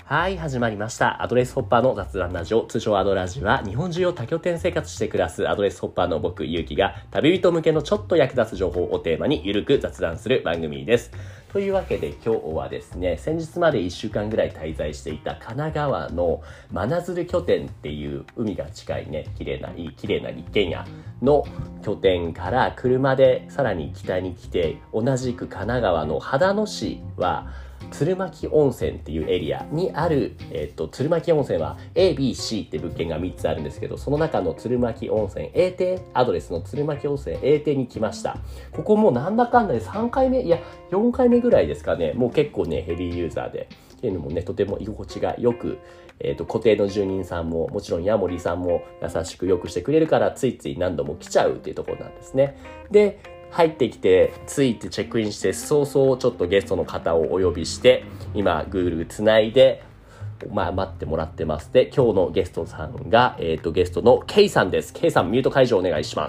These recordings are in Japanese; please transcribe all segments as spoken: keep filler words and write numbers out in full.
はい、始まりました。アドレスホッパーの雑談ラジオ、通称アドラジは、日本中を多拠点生活して暮らすアドレスホッパーの僕、ゆうきが、旅人向けのちょっと役立つ情報をテーマにゆるく雑談する番組です。というわけで今日はですね、先日までいっしゅうかんぐらい滞在していた神奈川の真鶴拠点っていう海が近いね、綺麗な、いい綺麗な一軒家の拠点から車でさらに北に来て、同じく神奈川の秦野市は、鶴巻温泉っていうエリアにある、えっと、鶴巻温泉は エービーシー って物件がみっつあるんですけど、その中の鶴巻温泉 A 邸アドレスの鶴巻温泉 A 邸に来ました。ここもなんだかんだでさんかいめ、いやよんかいめぐらいですかね。もう結構ねヘビーユーザーでっていうのもね、とても居心地がよく、えっと、固定の住人さんももちろんヤモリさんも優しくよくしてくれるから、ついつい何度も来ちゃうっていうところなんですね。で入ってきて、着いてチェックインして、早々ちょっとゲストの方をお呼びして、今、Google つないで、まあ、待ってもらってます。で、今日のゲストさんが、えっと、ゲストの K さんです。K さん、ミュート解除お願いします。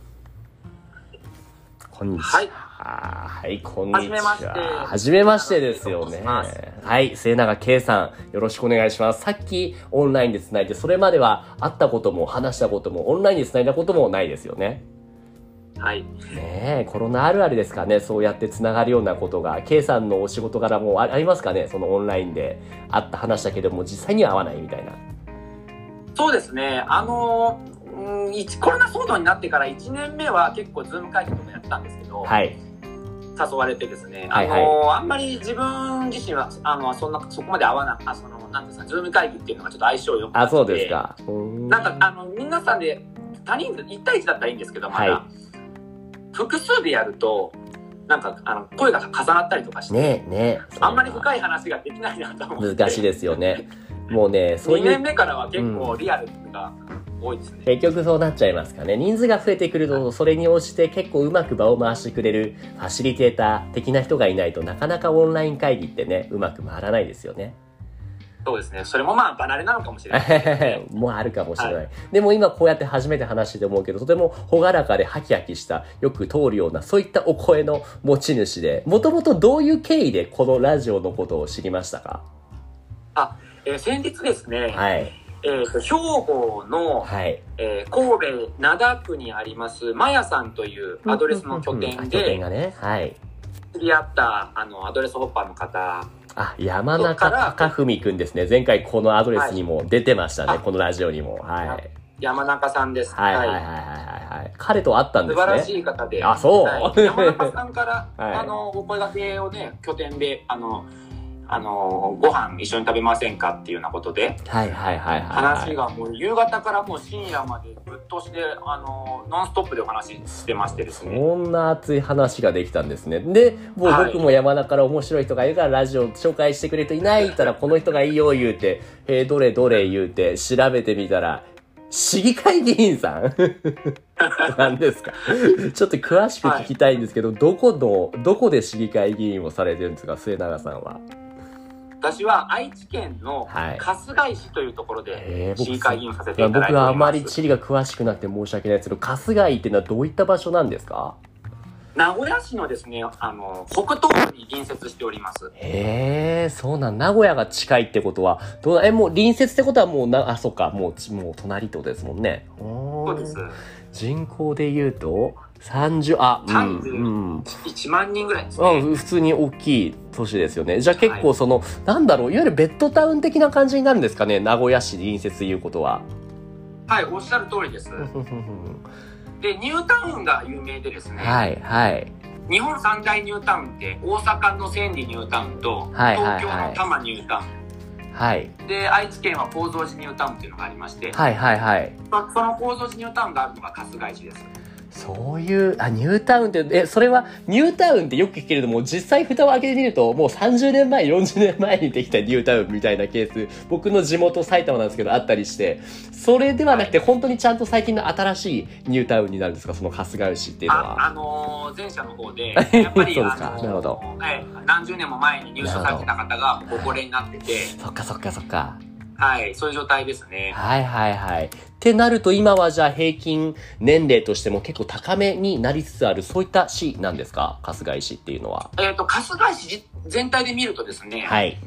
こんにちは。はい。はい、こんにちは。はじめまして。はじめましてですよね。はい、末永 K さん、よろしくお願いします。さっきオンラインでつないで、それまでは会ったことも話したことも、オンラインでつないだこともないですよね。 はい。 ねえ、コロナあるあるですかね。そうやってつながるようなことが、K さんのお仕事柄もありますかね。そのオンラインで会った話だけども、実際には会わないみたいな。 そうですね。あのー、うん、コロナ騒動になってからいちねんめは結構ズーム会議とかやったんですけど、 はい。 誘われてですね、 はいはい、 あのー、あんまり自分自身は、あの、そんな、そこまで合わなあ、その、なんですか、ズーム会議っていうのがちょっと相性良くなって。 あ、そうですか。 なんか、あの、皆さんで、他人数いち対いちだったらいいんですけど、まだ、はい、複数でやると、なんか、あの、声が重なったりとかして、 ねえ、ねえ。 あんまり深い話ができないなと思って。 難しいですよね。もうね、そういう。 にねんめからは結構リアルが多いですね。 うん、結局そうなっちゃいますかね。人数が増えてくると、それに応じて結構うまく場を回してくれるファシリテーター的な人がいないとなかなかオンライン会議ってね、うまく回らないですよね。 そうですね。それもまあ離れなのかもしれない、ね。 もうあるかもしれない、はい。でも今こうやって初めて話してて思うけど、とても朗らかでハキハキした、よく通るような、そういったお声の持ち主で、もともとどういう経緯でこのラジオのことを知りましたか？ あ、えー、先日ですね。 はい。 えーと、兵庫の、はいえー、神戸灘区にありますマヤさんというアドレスの拠点で、 拠点がね、はい。 知り合ったあのアドレスホッパーの方。 あ、山中貴文くんですね。前回このアドレスにも出てましたね。はい、このラジオにも。はい。 山中さんです。 はいはいはいはいはい。彼と会ったんですね。 素晴らしい方で。 あ、そう。 はい、山中さんから、はい、あの、お声掛けをね、拠点で、あの、あの、ご飯一緒に食べませんかっていうようなことで。 はいはいはいはい。 話がもう夕方からもう深夜までぶっ通しで、あの、ノンストップでお話ししてましてですね。 そんな熱い話ができたんですね。で、もう僕も山中から面白い人がいるからラジオ紹介してくれる人いないったらこの人がいいよ言うて、えー、どれどれ言うて調べてみたら、市議会議員さんなんですか。ちょっと詳しく聞きたいんですけど、はい、どこの、どこで市議会議員をされてるんですか、末永さんは。 私は愛知県の春日井市というところで市議会議員をさせていただいております。 僕はあまり地理が詳しくなって申し訳ないですけど、春日井っていうのはどういった場所なんですか？ 名古屋市のですね、あの、北東部に隣接しております。 へえ、そうなん、名古屋が近いってことは、どうえ、もう隣接ってことはもうな、あ、そっか、もう、もう隣ってことですもんね。 そうです。 人口で言うと、さんじゅう、あ、 さんじゅういちまんにんぐらいですね。 うん、普通に大きい都市ですよね。じゃあ結構その、はい、なんだろう、いわゆるベッドタウン的な感じになるんですかね、名古屋市隣接いうことは。 はい、おっしゃる通りです。で、ニュータウンが有名でですね。 はい、はい。 日本三大ニュータウンって、大阪の千里ニュータウンと、はいはいはい、東京の多摩ニュータウン。はい。で、愛知県は構造寺ニュータウンっていうのがありまして。 はいはいはい。 その構造寺ニュータウンがあるのが春日井市です。 そういう、あ、ニュータウンって、え、それは、ニュータウンってよく聞くけれども、実際蓋を開けてみると、もうさんじゅうねんまえ、よんじゅうねんまえにできたニュータウンみたいなケース、僕の地元埼玉なんですけど、あったりして、それではなくて、本当にちゃんと最近の新しいニュータウンになるんですか、その春日井市っていうのは。 あ、あのー、前者の方で、やっぱり、 そうですか、 あのー、 なるほど。 はい、何十年も前に入所されてた方がご高齢になってて、 そっかそっかそっか。 はい、そういう状態ですね。 はいはいはい。ってなると今はじゃあ平均年齢としても結構高めになりつつある、そういった市なんですか、春日井市っていうのは。 えっと、春日井市全体で見るとですね、 はい。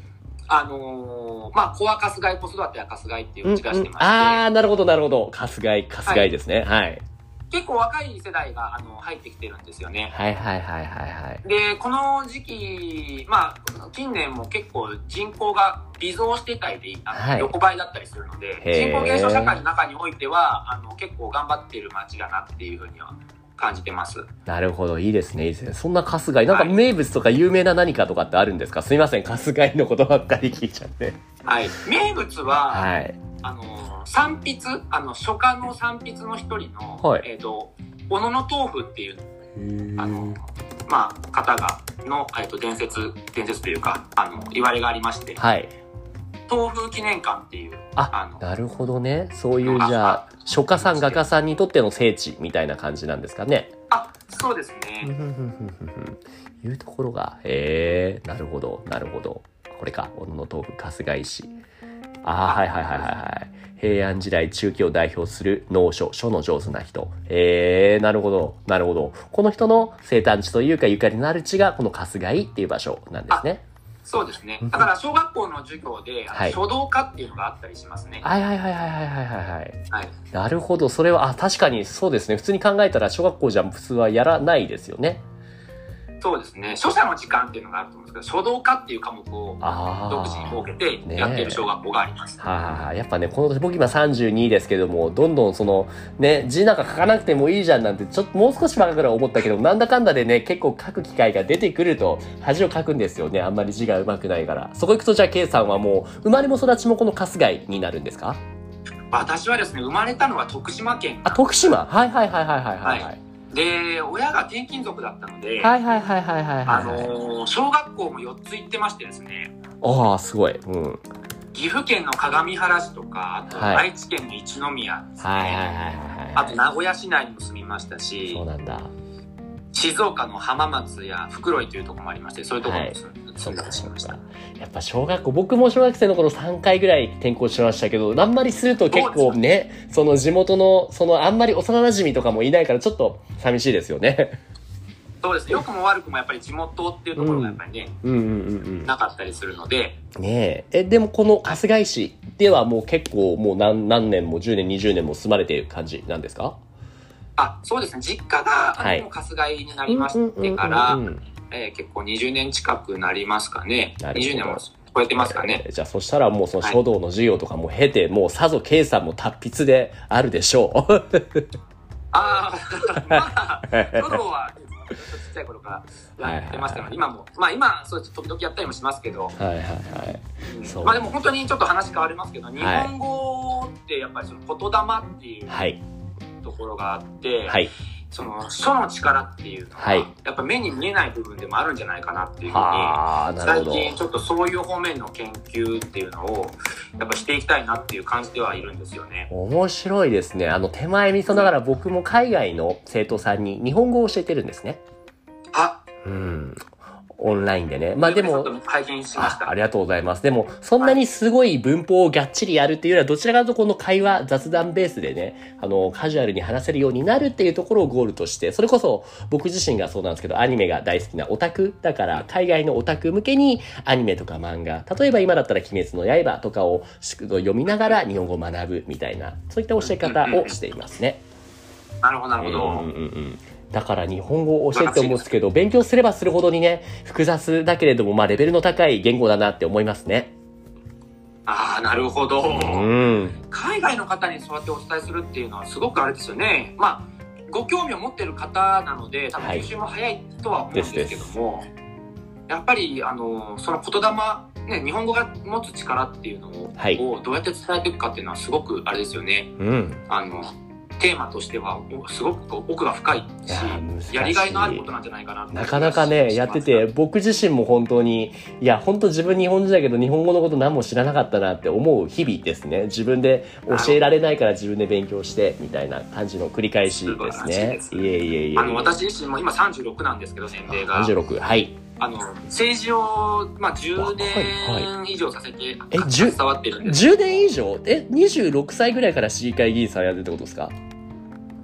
あのー、まあ、子は春日井、子育ては春日井っていう字がしてまして。うんうん、 ああ、なるほど、なるほど。春日井、春日井ですね。はい。はい、 結構若い世代が、あの、入ってきてるんですよね。 はいはいはいはいはい。 で、この時期、まあ、近年も結構人口が微増してたりで、あの、はい、横ばいだったりするので、人口減少社会の中においては、あの、結構頑張っている街だなっていうふうには感じてます。 なるほど、いいですね、いいですね。そんな春日井、なんか名物とか有名な何かとかってあるんですか？はい、すいません、春日井のことばっかり聞いちゃって。 はい。名物は、はい、あの、三筆、あの、書家の三筆の一人の、はい、えっと、小野の豆腐っていう、あの、まあ、方が、の、えっと、伝説、伝説というか、あの、言われがありまして、はい。豆腐記念館っていう、 あ、あの、なるほどね。そういう、じゃあ、書家さん、画家さんにとっての聖地みたいな感じなんですかね。 あ、そうですね。 いうところが、へえ、なるほど、なるほど。これか、小野の豆腐、春日井市。ああ、はいはいはいはいはい。平安時代中期を代表する能書、書の上手な人。へえ、なるほど、なるほど。この人の生誕地というかゆかりのある地がこの春日井っていう場所なんですね。 そうですね。だから小学校の授業で、はい、書道科っていうのがあったりしますね。 はいはいはいはいはいはいはい。はい。なるほど。それは、あ、確かにそうですね。普通に考えたら小学校じゃ普通はやらないですよね。 そうですね。書写の時間っていうのがあると思うんですけど、書道科っていう科目を独自に設けてやってる小学校があります。ね、 はあ、やっぱね、この年僕今さんじゅうにですけども、どんどんその、ね、字なんか書かなくてもいいじゃんなんて、ちょっともう少し前から思ったけど、なんだかんだでね、結構書く機会が出てくると、恥を書くんですよね。あんまり字が上手くないから。そこ行くとじゃあ、K さんはもう、生まれも育ちもこの春日井になるんですか？ 私はですね、生まれたのは徳島県。 あ、徳島、はいはいはいはいはいはい。はい、 で、親が転勤族だったので、 はいはいはいはいはい、はい。 あのー、小学校もよっつ行ってましてですね。 ああ、すごい。うん。 岐阜県の各務原市とか、あと愛知県の一宮ですね。はいはいはいはい、はい。あと名古屋市内にも住みましたし、 そうなんだ。 静岡の浜松や袋井というところもありまして、そういうところに住んだりしました。 やっぱ小学校、僕も小学生の頃さんかいぐらい転校しましたけど、あんまりすると結構ね、その地元の、そのあんまり幼馴染とかもいないからちょっと寂しいですよね。 そうですね。良くも悪くもやっぱり地元っていうところがやっぱりね、うんうんうんうん、なかったりするので。 ねえ。え、でもこの春日井市ではもう結構もう何、何年もじゅうねん、にじゅうねんも住まれている感じなんですか？ あ、そうですね。実家が、はい、春日井になりましてから、えー、結構にじゅうねん近くなりますかね。にじゅうねんも超えてますかね。 えー、じゃあそしたらもうその書道の授業とかも経て、はい、もうさぞKさんも達筆であるでしょう。 ああ、まあ、書道はちっちゃい頃からやってましたので、今も、まあ今、そう時々やったりもしますけど、はいはいはい。うん、まあでも本当にちょっと話変わりますけど、日本語ってやっぱりその言霊っていう、はい、ところがあって、はい、その書の力っていうのは、はい、やっぱ目に見えない部分でもあるんじゃないかなっていうふうに、最近ちょっとそういう方面の研究っていうのをやっぱしていきたいなっていう感じではいるんですよね。 面白いですね。あの手前味噌ながら僕も海外の生徒さんに日本語を教えてるんですね。 あ、 うん。オンラインでね。まあでも、 拝見しました。 あ、ありがとうございます。でも、そんなにすごい文法をがっちりやるっていうよりは、どちらかというとこの会話、雑談ベースでね、あの、カジュアルに話せるようになるっていうところをゴールとして、それこそ僕自身がそうなんですけど、アニメが大好きなオタクだから、海外のオタク向けにアニメとか漫画、例えば今だったら鬼滅の刃とかを読みながら日本語を学ぶみたいな、そういった教え方をしていますね。 なるほど、なるほど。うんうんうん。 だから日本語を教えて思うんですけど、勉強すればするほどにね、複雑だけれども、まあレベルの高い言語だなって思いますね。 ああ、なるほど。うん。海外の方にそうやってお伝えするっていうのはすごくあれですよね。まあ、ご興味を持ってる方なので、多分吸収も早いとは思うんですけども、はい、やっぱり、あの、その言霊、ね、日本語が持つ力っていうのを、はい、どうやって伝えていくかっていうのはすごくあれですよね。うん。あの、テーマとしてはすごく奥が深いし、やりがいのあることなんじゃないかなって。 なかなかね、やってて、僕自身も本当に、いや、本当自分日本人だけど日本語のこと何も知らなかったなって思う日々ですね。自分で教えられないから自分で勉強して、みたいな感じの繰り返しですね。いえいえいえ。 あの、私自身も今さんじゅうろくなんですけど、年齢が。 さんじゅうろく、はい。 あの、政治を、まあ、じゅうねん以上させて、え、携わってるんです。 じゅうねん以上え、にじゅうろくさいぐらいから市議会議員さんやってるってことですか？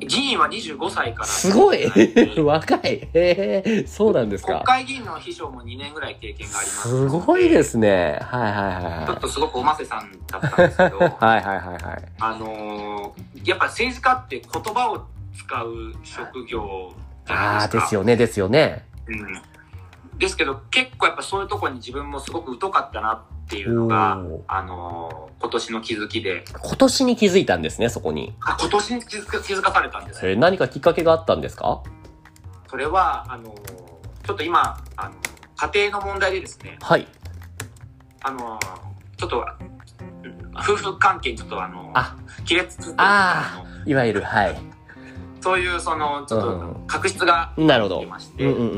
議員はにじゅうごさいから。 すごい若い。へえ、そうなんですか。 国会議員の秘書もにねんぐらい経験があります。 すごいですね。はいはいはい。 ちょっとすごくおませさんだったんですけど。はいはいはいはい。 あのー、やっぱ政治家って言葉を使う職業じゃないですか。 ああ、ですよねですよね。 うん。ですけど結構やっぱそういうところに自分もすごく疎かったなっていうのが、あのー、今年の気づきで。 今年に気づいたんですね、そこに。 あ、今年に気づか、気づかされたんです。 え、何かきっかけがあったんですか？ それは、あのー、ちょっと今、あの、家庭の問題でですね。 はい。 あのー、ちょっと、夫婦関係にちょっとあの、 あ、 亀裂つって、 ああ、いわゆる、はい。 そういう、その、ちょっと、確執が出まして、 うんうんうん、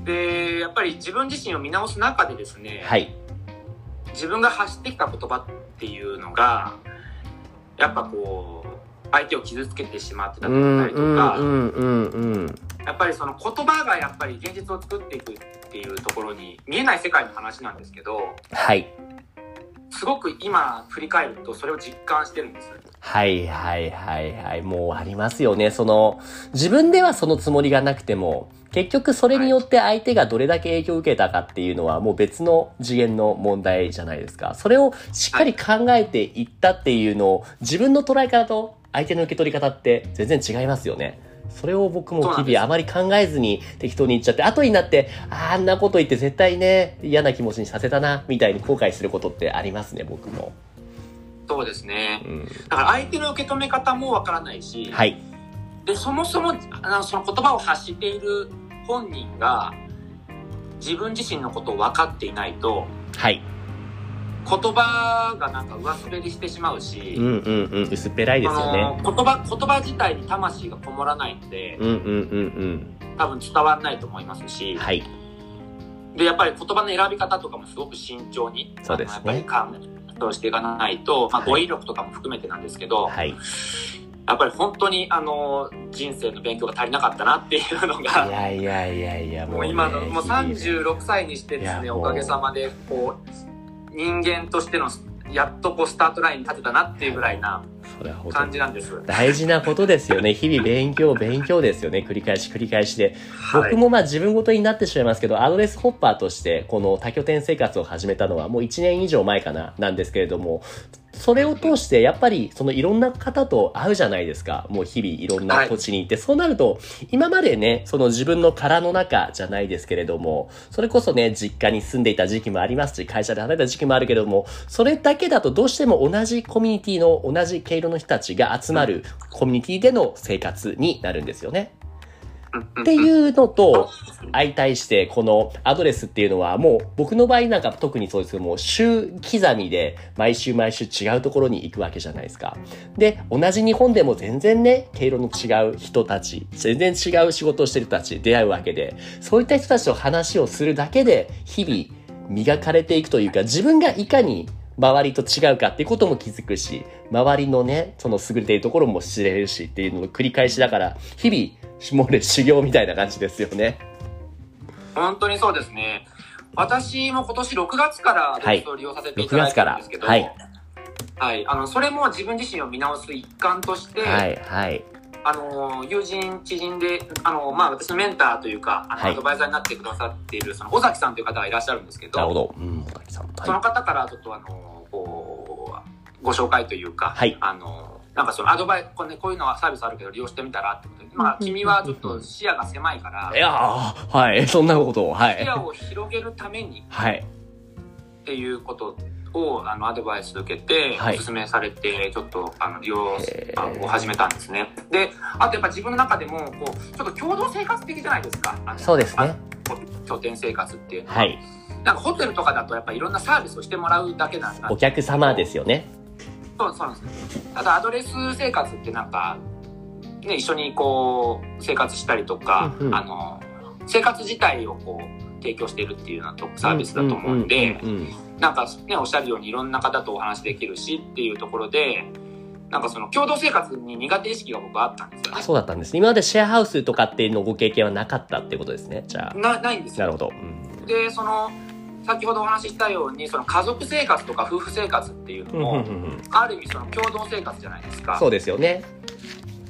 で、やっぱり自分自身を見直す中でですね、 はい。 自分が発してきた言葉っていうのが、やっぱこう、相手を傷つけてしまってたりとか、やっぱりその言葉がやっぱり現実を作っていくっていうところに、見えない世界の話なんですけど、 はい。 すごく今振り返るとそれを実感してるんです。 はいはいはいはい。もうありますよね。その、自分ではそのつもりがなくても、結局それによって相手がどれだけ影響を受けたかっていうのはもう別の次元の問題じゃないですか。それをしっかり考えていったっていうのを自分の捉え方と相手の受け取り方って全然違いますよね。それを僕も日々あまり考えずに適当に言っちゃって、後になって、あんなこと言って絶対ね、嫌な気持ちにさせたな、みたいに後悔することってありますね、僕も。 そうですね。うん、だから相手の受け止め方もわからないし、 はい。 で、そもそも、あの、その言葉を発している本人が、自分自身のことを分かっていないと、 はい。 言葉がなんか上滑りしてしまうし、 うんうんうん、薄っぺらいですよね。 言葉、言葉自体に魂がこもらないので、 うんうんうんうん。 多分伝わらないと思いますし、 はい。で、 やっぱり言葉の選び方とかもすごく慎重に、 そうですね。 やっぱり考えしていかないと、まあ語彙力とかも含めてなんですけど、 はい。 やっぱり本当にあの人生の勉強が足りなかったなっていうのが、 いやいやいやいや、 もう、ね、もう今のもうさんじゅうろくさいにしてですね、おかげさまでこう人間としてのやっとこうスタートラインに立てたなっていうぐらいな感じなんです。 大事なことですよね。日々勉強勉強ですよね。繰り返し繰り返しで、はい、僕もまあ自分ごとになってしまいますけど、アドレスホッパーとしてこの多拠点生活を始めたのはもういちねん以上前かななんですけれども、それを通してやっぱりそのいろんな方と会うじゃないですか。もう日々いろんな土地に行って、はい、そうなると今までね、その自分の殻の中じゃないですけれども、それこそね、実家に住んでいた時期もありますし、会社で働いた時期もあるけれども、それだけだとどうしても同じコミュニティの同じ毛色の人たちが集まるコミュニティでの生活になるんですよね。っていうのと相対してこのアドレスっていうのはもう僕の場合なんか特にそうですけども、週刻みで毎週毎週違うところに行くわけじゃないですか。で、同じ日本でも全然ね、毛色の違う人たち、全然違う仕事をしてる人たち出会うわけで、そういった人たちと話をするだけで日々磨かれていくというか、自分がいかに周りと違うかっていうことも気づくし、周りのね、その優れているところも知れるしっていうのの繰り返しだから、日々もうね、修行みたいな感じですよね。 本当にそうですね。私も今年ろくがつからアドレスを利用させていただいてるんですけど、はい、はい、あのそれも自分自身を見直す一環として、はいはい、あの友人知人であの、まあ、私のメンターというかあの、はい、アドバイザーになってくださっているその尾崎さんという方がいらっしゃるんですけど、 なるほど、うん、尾崎さん、はい、 その方からちょっとあのこうご紹介というか、はい、あのなんかそのアドバイこう、ね、こういうのはサービスあるけど利用してみたらってことで、まあ君はちょっと視野が狭いから、 いやー、はい、そんなことを、はい、 視野を広げるために、はい、っていうことをあのアドバイス受けて、はい、お勧めされてちょっとあの利用を始めたんですね。で、あとやっぱ自分の中でもこうちょっと共同生活的じゃないですか。あのそうですね。 拠点生活っていうのは、 はい、 なんかホテルとかだとやっぱいろんなサービスをしてもらうだけなんだ。 お客様ですよね。 そうそうなんですね。ただアドレス生活ってなんかね、一緒にこう生活したりとか、うんうん、あの生活自体をこう提供しているっていうようなサービスだと思うんで、なんかね、おっしゃるようにいろんな方とお話できるしっていうところで、なんかその共同生活に苦手意識が僕はあったんですよね。 あ、そうだったんですね。今までシェアハウスとかっていうのご経験はなかったってことですね。じゃあなないんですよ。 なるほど。 うん、で、その先ほどお話ししたようにその家族生活とか夫婦生活っていうのも、うんうんうん、ある意味その共同生活じゃないですか。 そうですよね。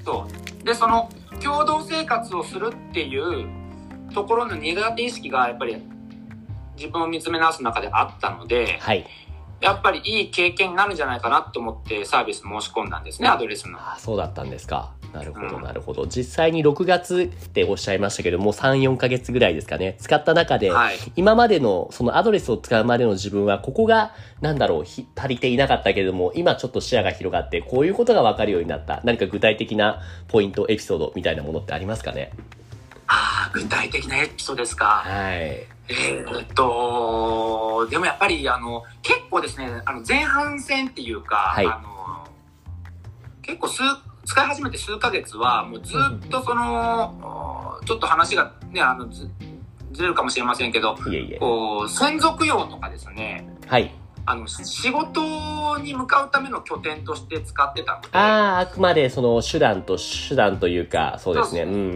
そう。で、その、共同生活をするっていうところの苦手意識がやっぱり自分を見つめ直す中であったので、 はい。 やっぱりいい経験になるんじゃないかなと思ってサービス申し込んだんですね、アドレスの。 あ、そうだったんですか。なるほど、なるほど。実際にろくがつっておっしゃいましたけども、さん、よんかげつぐらいですかね。使った中で、はい、今までの、そのアドレスを使うまでの自分は、ここが、なんだろう、足りていなかったけれども、今ちょっと視野が広がって、こういうことがわかるようになった。何か具体的なポイント、エピソードみたいなものってありますかね？ ああ、具体的なエピソードですか。 はい。 えー、っと、でもやっぱり、あの、結構ですね、あの、前半戦っていうか、はい、あの、結構数、使い始めて数ヶ月は、もうずっとその、ちょっと話がね、あの、ず、ずれるかもしれませんけど、 いえいえ、 こう、専属用とかですね、 はい。 あの、仕事に向かうための拠点として使ってたので。 ああ、あくまでその手段と、手段というか、そうですね。うんうんうん。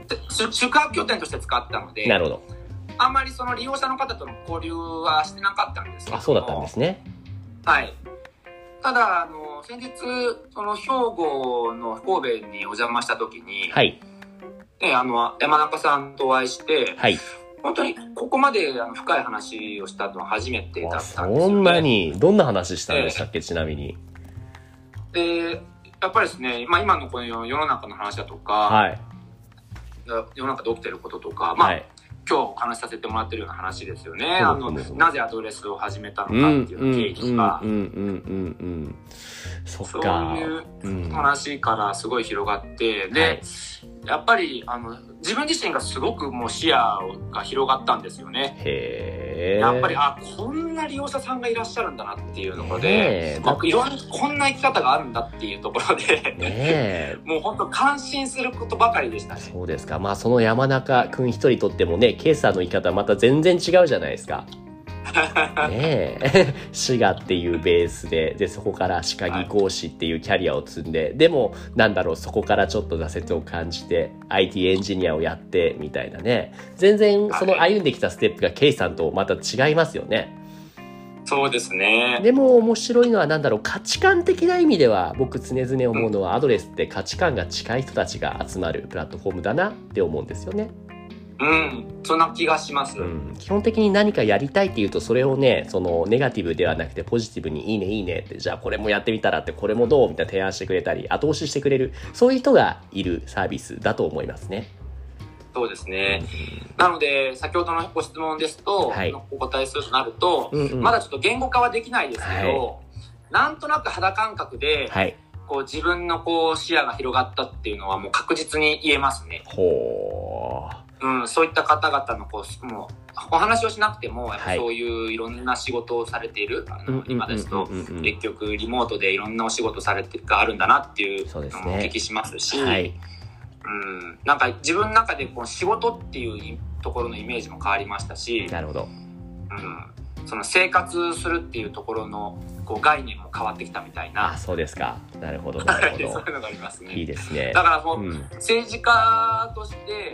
宿泊拠点として使ってたので、 なるほど。 あんまりその利用者の方との交流はしてなかったんですけど。 あ、そうだったんですね。 はい。ただ、あの、先日、その兵庫の神戸にお邪魔した時に、 はい。 ね、あの、山中さんとお会いして、 はい。 本当にここまであの深い話をしたのは初めてだったんですよね。 そんなに、どんな話したんでしたっけ、えー、ちなみに。 で、やっぱりですね、まあ今のこの世の中の話だとか、 はい。 世の中で起きてることとか、まあ、はい、今日お話しさせてもらってるような話ですよね。あの、なぜアドレスを始めたのかっていう経緯とか。 うんうんうんうんうん。そっか。 そういう話からすごい広がって、で、はい、やっぱり、あの、自分自身がすごくもう視野が広がったんですよね。 へー。 やっぱり、あ、こんな利用者さんがいらっしゃるんだなっていうところで、まあ、いろんな、こんな生き方があるんだっていうところで、ね、もう本当感心することばかりでしたね。 そうですか。まあ、その山中くん一人とってもね、ケイさんの生き方はまた全然違うじゃないですか。ねえ滋賀っていうベースで、で、そこから歯科技講師っていうキャリアを積んで、はい、でも、なんだろう、そこからちょっと挫折を感じて、アイティー エンジニアをやって、みたいなね。全然、その歩んできたステップがケイさんとまた違いますよね。 そうですね。 でも面白いのはなんだろう、価値観的な意味では、僕常々思うのは、うん、アドレスって価値観が近い人たちが集まるプラットフォームだなって思うんですよね。 うん、そんな気がします、 うん。基本的に何かやりたいっていうと、それをね、そのネガティブではなくてポジティブにいいねいいねって、じゃあこれもやってみたらって、これもどうみたいな提案してくれたり、後押ししてくれる、そういう人がいるサービスだと思いますね。 そうですね。うん、なので、先ほどのご質問ですと、はい、お答えするとなると、うんうん、まだちょっと言語化はできないですけど、はい、なんとなく肌感覚で、はい、こう自分のこう視野が広がったっていうのはもう確実に言えますね。 ほー。 うん、そういった方々のこう、もう、お話をしなくても、やっぱそういういろんな仕事をされている、はい、あの今ですと、結局リモートでいろんなお仕事されてるがあるんだなっていうのもお聞きしますし、そうですね。はい、うん、なんか自分の中でこう仕事っていうところのイメージも変わりましたし、 なるほど。 うん、その生活するっていうところのこう概念も変わってきたみたいな。 あ、そうですか。なるほど、なるほど。 そういうのがありますね。 いいですね。 だからもう、うん、政治家として、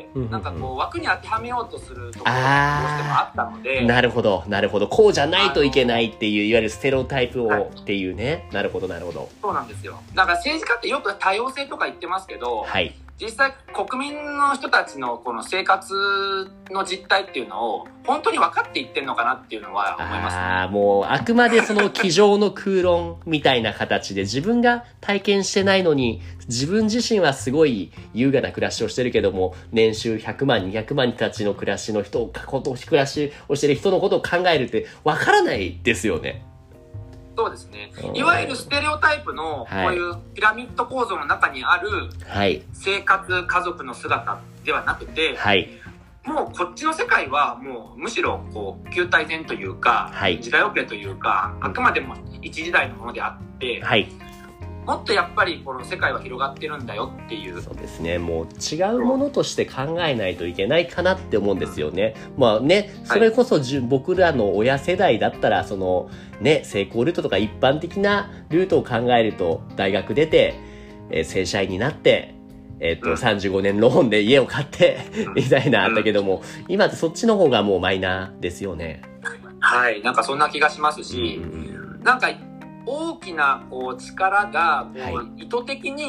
なんかこう枠に当てはめようとするところがどうしてもあったので。 なるほど、なるほど。こうじゃないといけないっていう、いわゆるステレオタイプを、はい、っていうね。なるほど、なるほど。 そうなんですよ。だから政治家ってよく多様性とか言ってますけど、はい。実際国民の人たちのこの生活の実態っていうのを本当に分かっていってるのかなっていうのは思いますね。 ああ、もうあくまでその机上の空論みたいな形で自分が体験してないのに、自分自身はすごい優雅な暮らしをしてるけども、年収ひゃくまんにひゃくまんたちの暮らしの人を、こと暮らしをしてる人のことを考えるって分からないですよね。 そうですね。いわゆるステレオタイプのこういうピラミッド構造の中にある生活、家族の姿ではなくて、はい、もうこっちの世界はもうむしろこう旧体前というか、はい、時代遅れというか、あくまでも一時代のものであって、はい、もっとやっぱりこの世界は広がってるんだよっていう。 そうですね。もう違うものとして考えないといけないかなって思うんですよね。まあね、それこそじゅ、はい、僕らの親世代だったら、そのね、成功ルートとか一般的なルートを考えると、大学出て、えー、正社員になって、えっと、うん、さんじゅうごねんローンで家を買って、うん、みたいなあったけども、うん、今ってそっちの方がもうマイナーですよね。 はい、なんかそんな気がしますし、うん、なんか、大きなこう力がこう意図的に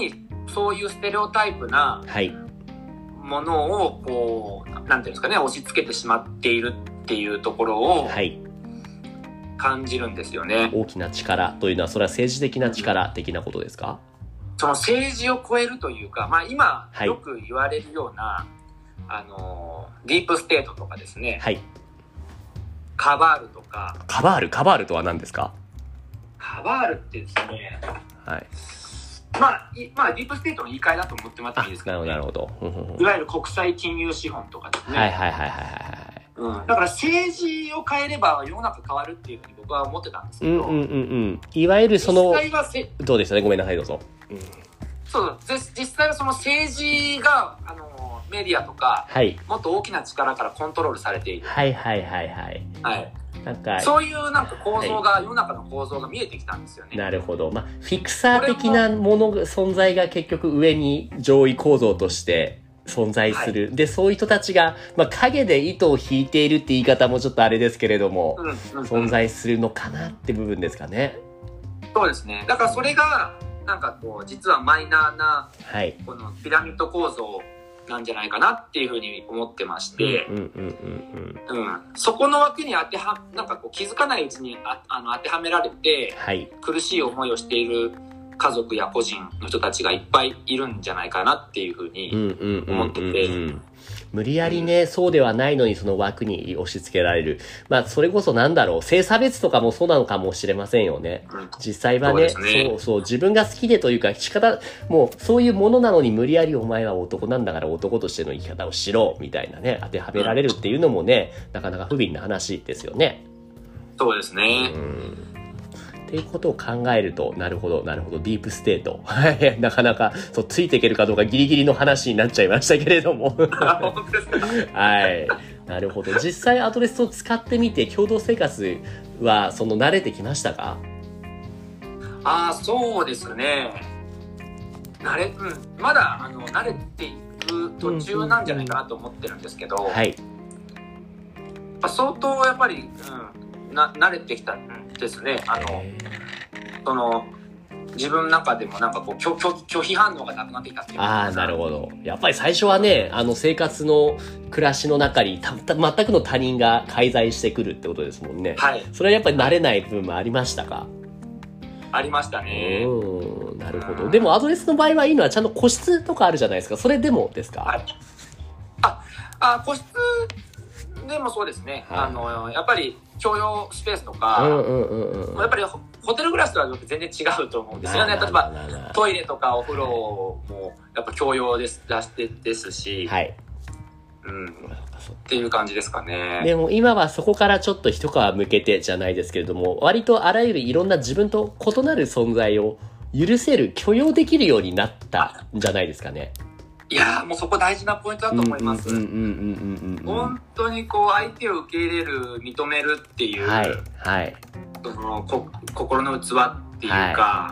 そういうステレオタイプなものをこう、なんていうんですかね、押し付けてしまっているっていうところを感じるんですよね。はい、 大きな力というのは、それは政治的な力的なことですか？ その政治を超えるというか、まあ今よく言われるような、はい、あのディープステートとかですね。はい。カバールとか。 カバール、カバールとは何ですか？ カバールってですね。はい。まあ、まあ、ディープステートの言い換えだと思ってもらってもいいですか、ね、 なるほど、なるほど。いわゆる国際金融資本とかですね。 はいはいはいはいはい。 うん、だから政治を変えれば世の中変わるっていうふうに僕は思ってたんですけど、うんうんうんうん、 いわゆるそのどうでしたね、ごめんなさい、どうぞ。うん、 そう実際はその政治があのメディアとか、はい、もっと大きな力からコントロールされている。 はいはいはいはい。はい。 なんかそういうなんか構造が、はい、世の中の構造が見えてきたんですよね。 なるほど。まあフィクサー的なもの存在が結局上に上位構造として存在する、はい、でそういう人たちが、まあ、影で糸を引いているって言い方もちょっとあれですけれども、うんうんうん、存在するのかなって部分ですかね。 そうですね。だからそれがなんかこう実はマイナーな、はい、このピラミッド構造なんじゃないかなっていうふうに思ってまして、そこの枠に当てはなんかこう気づかないうちにああの当てはめられて、はい、苦しい思いをしている家族や個人の人たちがいっぱいいるんじゃないかなっていうふうに思ってて、 無理やりね、うん、そうではないのにその枠に押し付けられる。まあそれこそなんだろう、性差別とかもそうなのかもしれませんよね。うん、実際はね、そうですね、そうそう、自分が好きでというか仕方、もうそういうものなのに無理やりお前は男なんだから男としての生き方をしろみたいなね、当てはめられるっていうのもね、うん、なかなか不憫な話ですよね。 そうですね。 うんっていうことを考えると、なるほど、なるほど、ディープステート。なかなか、そう、ついていけるかどうかギリギリの話になっちゃいましたけれども。はい。なるほど。実際アドレスを使ってみて、共同生活は、その、慣れてきましたか？ ああ、そうですね。慣れ、うん。まだ、あの、慣れていく途中なんじゃないかなと思ってるんですけど、はい。相当、やっぱり、うん、な、慣れてきた。ですね。あのその自分の中でもなんかこう拒拒拒否反応がなくなってきたっていう。 ああ、なるほど。やっぱり最初はね、あの生活の暮らしの中にたた全くの他人が介在してくるってことですもんね。はい。それはやっぱり慣れない部分もありましたか？ ありましたね。 うん、なるほど。でもアドレスの場合はいいのはちゃんと個室とかあるじゃないですか。それでもですか？はい。 あ、あ個室でもそうですね。はい、あのやっぱり共用スペースとか、うんうんうんうん、やっぱりホテル暮らしとは全然違うと思うんですよね。例えばトイレとかお風呂もやっぱ共用です出してですし、はい、うん、っていう感じですかね。 でも今はそこからちょっと一皮向けてじゃないですけれども、割とあらゆるいろんな自分と異なる存在を許せる、許容できるようになったんじゃないですかね。 いやーもうそこ大事なポイントだと思います。本当にこう相手を受け入れる、認めるっていう、はいはい、そのこ心の器っていうか、はい、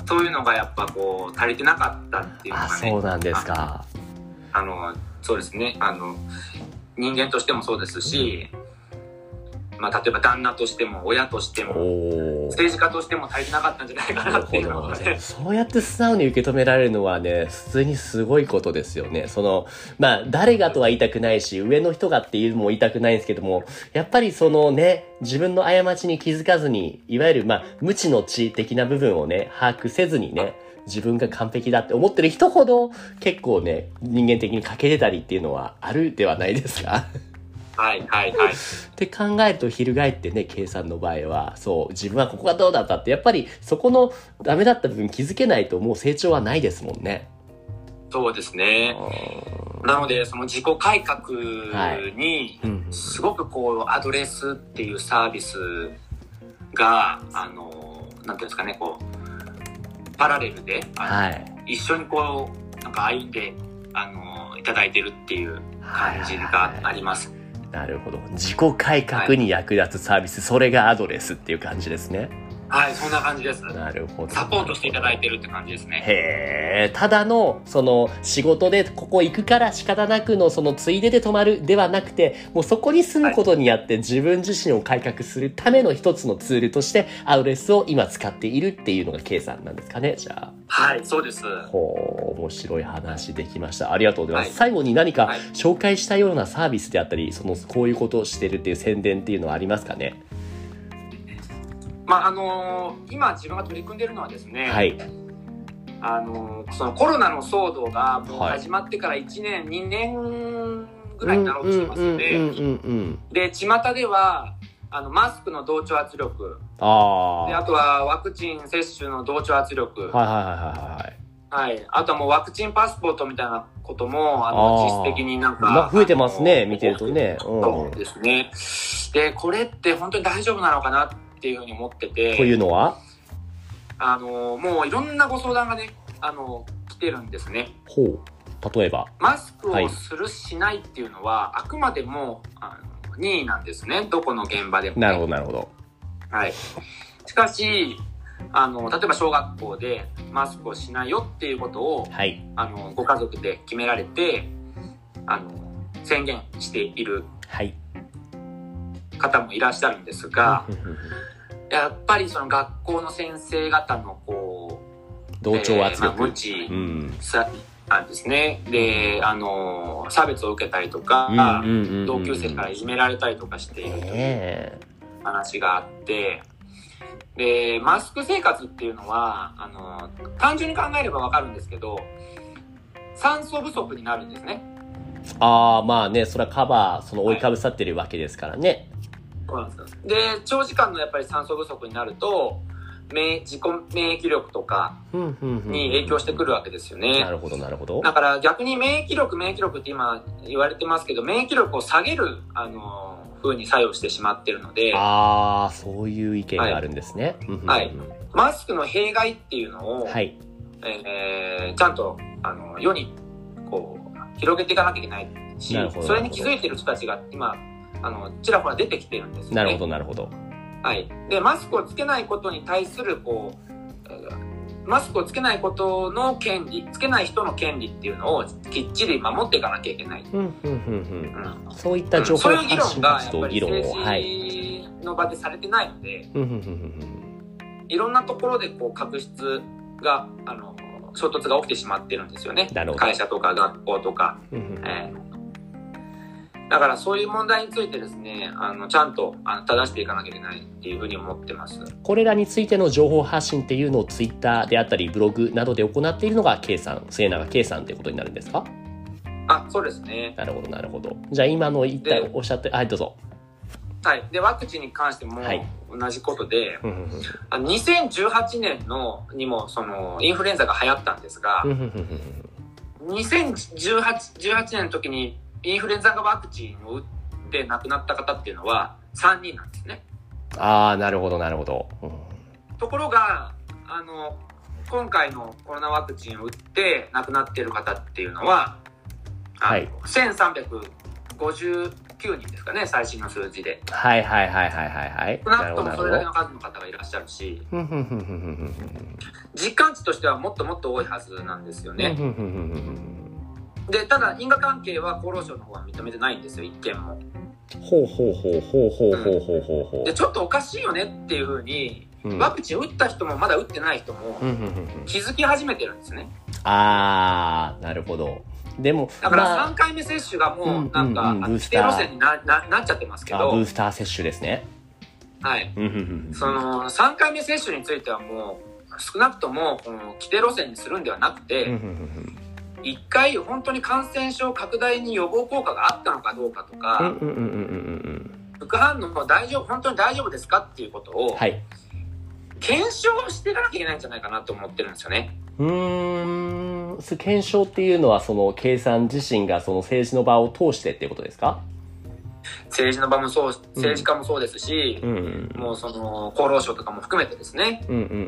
そういうのがやっぱこう足りてなかったっていうのがね。 あ、そうなんですか。 あのそうですね。あの人間としてもそうですし、うん、まあ例えば旦那としても親としても政治家としても足りてなかったんじゃないかなっていうのがね。 そうやって素直に受け止められるのはね、普通にすごいことですよね。そのまあ誰がとは言いたくないし、上の人がっていうのも言いたくないんですけども、やっぱりそのね、自分の過ちに気づかずに、いわゆるまあ無知の知的な部分をね把握せずにね、自分が完璧だって思ってる人ほど結構ね人間的に欠けてたりっていうのはあるではないですか。 はいはいはい。 って考えると翻ってね、計算の場合はそう、自分はここがどうだったってやっぱりそこのダメだった部分気づけないともう成長はないですもんね。 そうですね。なのでその自己改革にすごくこうアドレスっていうサービスがあのなんていうんですかね、こうパラレルで、はい、一緒にこうなんか歩んであのいただいてるっていう感じがあります。はいはいはい、 なるほど。自己改革に役立つサービス、はい、それがアドレスっていう感じですね。 はい、そんな感じです。 なるほど。 サポートしていただいてるって感じですね。 へえ、ただの、その、仕事でここ行くから仕方なくの、その、ついでで泊まるではなくて、もうそこに住むことによって自分自身を改革するための一つのツールとして、アドレスを今使っているっていうのが K さんなんですかね、じゃあ。 はい、そうです。 ほう、面白い話できました。ありがとうございます。 はい、 最後に何か紹介したようなサービスであったり、その、こういうことをしてるっていう宣伝っていうのはありますかね？ まああのー、今自分が取り組んでいるのはですね、 はい、 あのー、そのコロナの騒動がもう始まってからいちねん、はい、にねんぐらいになろうとしてますので、で巷ではあのマスクの同調圧力、あであとはワクチン接種の同調圧力、はいはいはいはい、はい、あとはもうワクチンパスポートみたいなこともあの実質的になんか、 まあ、増えてますね、見てるとね。 そうですね。でこれって本当に大丈夫なのかなっていうふうに思ってて。 というのはあのもういろんなご相談がねあの来てるんですね。 ほう。例えばマスクをするしないっていうのは、はい、あくまでもあの任意なんですね、どこの現場でも、ね、 なるほどなるほど。 はい。しかしあの例えば小学校でマスクをしないよっていうことを、はい、あのご家族で決められてあの宣言している方もいらっしゃるんですが、はい、やっぱりその学校の先生方のこう同調圧力、 えーまあ、無知、うん、さなんですね。で、あの差別を受けたりとか、うんうんうんうん、同級生からいじめられたりとかしているという話があって、でマスク生活っていうのはあの単純に考えれば分かるんですけど、酸素不足になるんですね。 ああ、まあね、それはカバーその覆いかぶさってるわけですからね。 はい、そうなんです。で長時間のやっぱり酸素不足になると免自己免疫力とかに影響してくるわけですよね。 なるほどなるほど。 だから逆に免疫力免疫力って今言われてますけど、免疫力を下げるあの風に作用してしまってるので。 ああ、そういう意見があるんですね。 はい、はい、マスクの弊害っていうのを、はい、えー、ちゃんとあの世にこう広げていかなきゃいけないし、それに気づいてる人たちが今あのちらほら出てきてるんですよね。 なるほどなるほど。 はい、でマスクをつけないことに対するこうマスクをつけないことの権利、つけない人の権利っていうのをきっちり守っていかなきゃいけない。 そういった情報発信活動、議論を政治の場でされてないので、いろんなところでこう確執があの衝突が起きてしまってるんですよね。会社とか学校とか。えーだからそういう問題についてですね、あのちゃんとあの正していかなきゃいけないっていうふうに思ってます。 これらについての情報発信っていうのをツイッターであったりブログなどで行っているのが K さん、末永 K さんってことになるんですか？ あ、そうですね。 なるほどなるほど。じゃあ今の一体おっしゃって、はいどうぞ。 はい。でワクチンに関しても同じことで、はい、あのにせんじゅうはちねんのにもそのインフルエンザが流行ったんですが、にせんじゅうはちねんの時にインフルエンザワクチンを打って亡くなった方っていうのはさんにんなんですね。 ああ、なるほどなるほど。うん、 ところがあの今回のコロナワクチンを打って亡くなっている方っていうのは、はい、せんさんびゃくごじゅうきゅうにんですかね、最新の数字で。 はいはいはいはいはいはい。 少なくともそれだけの数の方がいらっしゃるし、実感値としてはもっともっと多いはずなんですよね。でただ因果関係は厚労省の方は認めてないんですよ、一件も。 ほうほうほうほうほうほうほうほうほう、うん、 でちょっとおかしいよねっていうふうに、うん、ワクチン打った人もまだ打ってない人も気づき始めてるんですね。 あー、なるほど。でもだからさんかいめ接種がもうなんか規定路線に な, な, なっちゃってますけど、 ブースター接種ですね。 はい。そのさんかいめ接種についてはもう少なくともこの規定路線にするんではなくて、いっかい本当に感染症拡大に予防効果があったのかどうかとか、副反応も大丈夫、本当に大丈夫ですかっていうことを、はい、検証していかなきゃいけないんじゃないかなと思ってるんですよね。 うーん、検証っていうのはそのKさん自身がその政治の場を通してっていうことですか？ 政治の場もそう、政治家もそうですし、うんうんうん、もうその厚労省とかも含めてですね、うんうんうんうん、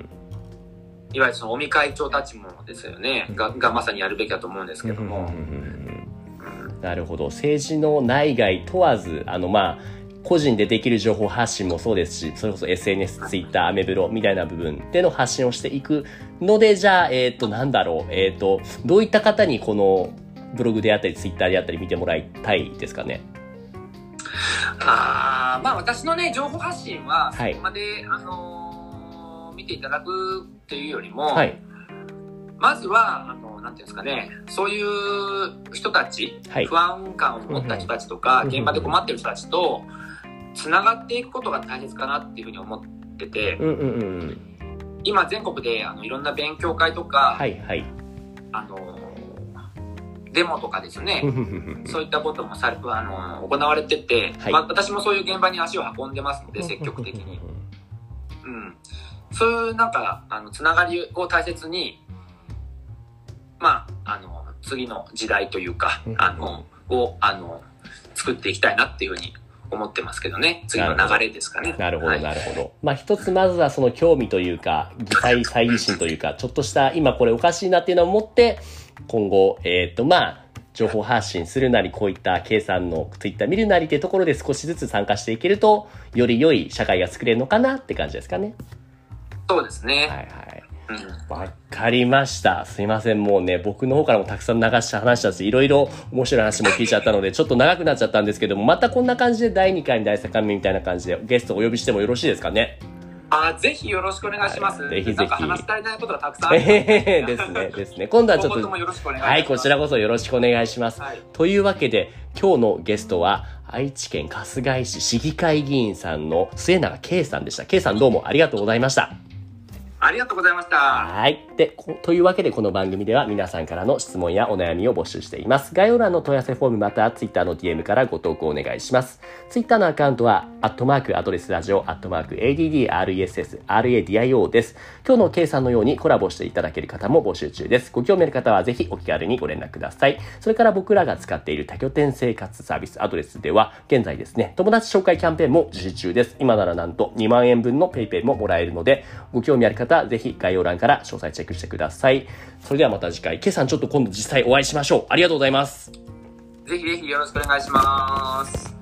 いわゆるその尾身会長たちもですよね、が、がまさにやるべきだと思うんですけども、うんうんうんうん、 なるほど。政治の内外問わず、あのまあ個人でできる情報発信もそうですし、それこそ エスエヌエス、Twitter、アメブロみたいな部分での発信をしていくので、じゃあ、えっと、なんだろう、えっと、どういった方にこのブログであったり、Twitter であったり見てもらいたいですかね。 あまあ私のね、情報発信は、そこまで、はい、あのー、見ていただくっていうよりも、はい、まずは、あの、なんていうんですかね、そういう人たち、はい、不安感を持った人たちとか、うん、現場で困ってる人たちと、つながっていくことが大切かなっていうふうに思ってて、うんうんうん、今全国であのいろんな勉強会とか、はいはい、あのデモとかですねそういったこともさあの行われてて、はい、まあ、私もそういう現場に足を運んでますので積極的に、うん、そういうなんかあのつながりを大切に、まあ、あの次の時代というかあのをあの作っていきたいなっていうふうに思ってますけどね。次の流れですかね。 なるほど、なるほど。はい、まあ一つまずはその興味というか、再再疑心というか、ちょっとした今これおかしいなっていうのを持って、今後、えっとまあ、情報発信するなり、こういった K さんのツイッター見るなりっていうところで少しずつ参加していけると、より良い社会が作れるのかなって感じですかね。 そうですね。はいはい。 わ、うん、かりました。すいません。もうね、僕の方からもたくさん流して話したし、いろいろ面白い話も聞いちゃったので、ちょっと長くなっちゃったんですけども、またこんな感じでだいにかい、だいさんかいめみたいな感じでゲストをお呼びしてもよろしいですかね。 あ、ぜひよろしくお願いします。はい、ぜひぜひ。なんか話し足りないことがたくさんある。 えー、ですね、ですね。今度はちょっと、 今後ともよろしくお願いします。 はい、こちらこそよろしくお願いします。はい、というわけで、今日のゲストは、愛知県春日井市市議会議員さんの末永圭さんでした。圭さんどうもありがとうございました。 ありがとうございました。 はい。で、というわけでこの番組では皆さんからの質問やお悩みを募集しています。概要欄の問い合わせフォームまたは Twitter の ディーエム からご投稿お願いします。Twitter のアカウントは、アットマークアドレスラジオ、アットマーク エーディーディーアールイーエスエス、アールエーディーアイオー です。今日の K さんのようにコラボしていただける方も募集中です。ご興味ある方はぜひお気軽にご連絡ください。それから僕らが使っている多拠点生活サービスアドレスでは、現在ですね、友達紹介キャンペーンも実施中です。今ならなんとにまんえんぶんの PayPay ももらえるので、ご興味ある方はぜひ概要欄から詳細チェックしてください。それではまた次回、K さんちょっと今度実際お会いしましょう。ありがとうございます。 ぜひぜひよろしくお願いします。